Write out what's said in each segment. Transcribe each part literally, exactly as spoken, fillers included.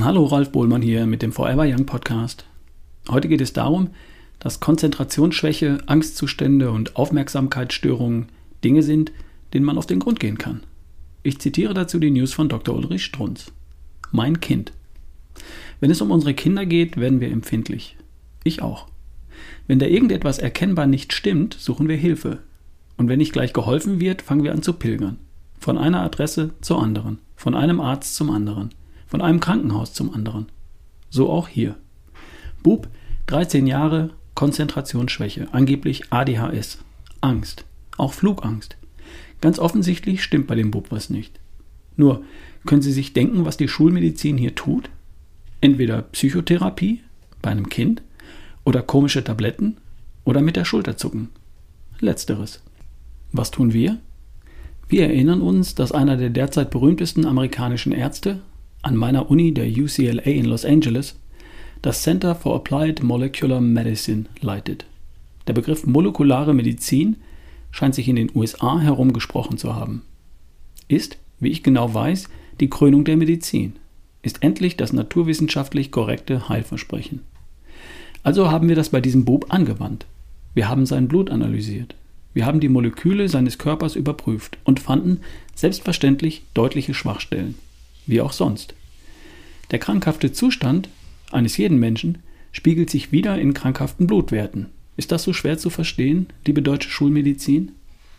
Hallo, Ralf Bohlmann hier mit dem Forever Young Podcast. Heute geht es darum, dass Konzentrationsschwäche, Angstzustände und Aufmerksamkeitsstörungen Dinge sind, denen man auf den Grund gehen kann. Ich zitiere dazu die News von Doktor Ulrich Strunz. Mein Kind. Wenn es um unsere Kinder geht, werden wir empfindlich. Ich auch. Wenn da irgendetwas erkennbar nicht stimmt, suchen wir Hilfe. Und wenn nicht gleich geholfen wird, fangen wir an zu pilgern. Von einer Adresse zur anderen, von einem Arzt zum anderen, von einem Krankenhaus zum anderen. So auch hier. Bub, dreizehn Jahre, Konzentrationsschwäche, angeblich A D H S, Angst, auch Flugangst. Ganz offensichtlich stimmt bei dem Bub was nicht. Nur, können Sie sich denken, was die Schulmedizin hier tut? Entweder Psychotherapie bei einem Kind oder komische Tabletten oder mit der Schulter zucken. Letzteres. Was tun wir? Wir erinnern uns, dass einer der derzeit berühmtesten amerikanischen Ärzte an meiner Uni, der U C L A in Los Angeles, das Center for Applied Molecular Medicine leitet. Der Begriff molekulare Medizin scheint sich in den U S A herumgesprochen zu haben. Ist, wie ich genau weiß, die Krönung der Medizin. Ist endlich das naturwissenschaftlich korrekte Heilversprechen. Also haben wir das bei diesem Bub angewandt. Wir haben sein Blut analysiert. Wir haben die Moleküle seines Körpers überprüft und fanden selbstverständlich deutliche Schwachstellen. Wie auch sonst. Der krankhafte Zustand eines jeden Menschen spiegelt sich wieder in krankhaften Blutwerten. Ist das so schwer zu verstehen, liebe deutsche Schulmedizin?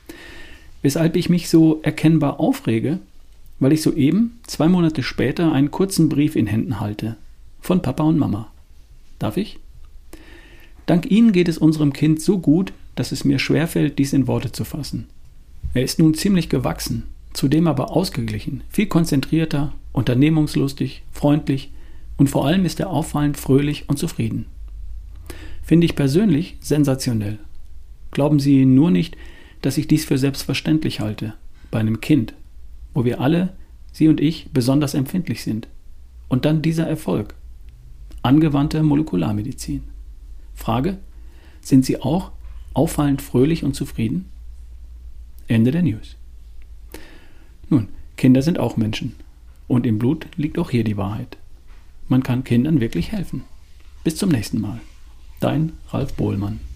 Weshalb ich mich so erkennbar aufrege, weil ich soeben, zwei Monate später, einen kurzen Brief in Händen halte. Von Papa und Mama. Darf ich? Dank Ihnen geht es unserem Kind so gut, dass es mir schwerfällt, dies in Worte zu fassen. Er ist nun ziemlich gewachsen, zudem aber ausgeglichen, viel konzentrierter, unternehmungslustig, freundlich und vor allem ist er auffallend fröhlich und zufrieden. Finde ich persönlich sensationell. Glauben Sie nur nicht, dass ich dies für selbstverständlich halte, bei einem Kind, wo wir alle, Sie und ich, besonders empfindlich sind. Und dann dieser Erfolg. Angewandte Molekularmedizin. Frage: Sind Sie auch auffallend fröhlich und zufrieden? Ende der News. Nun, Kinder sind auch Menschen. Und im Blut liegt auch hier die Wahrheit. Man kann Kindern wirklich helfen. Bis zum nächsten Mal. Dein Ralf Bohlmann.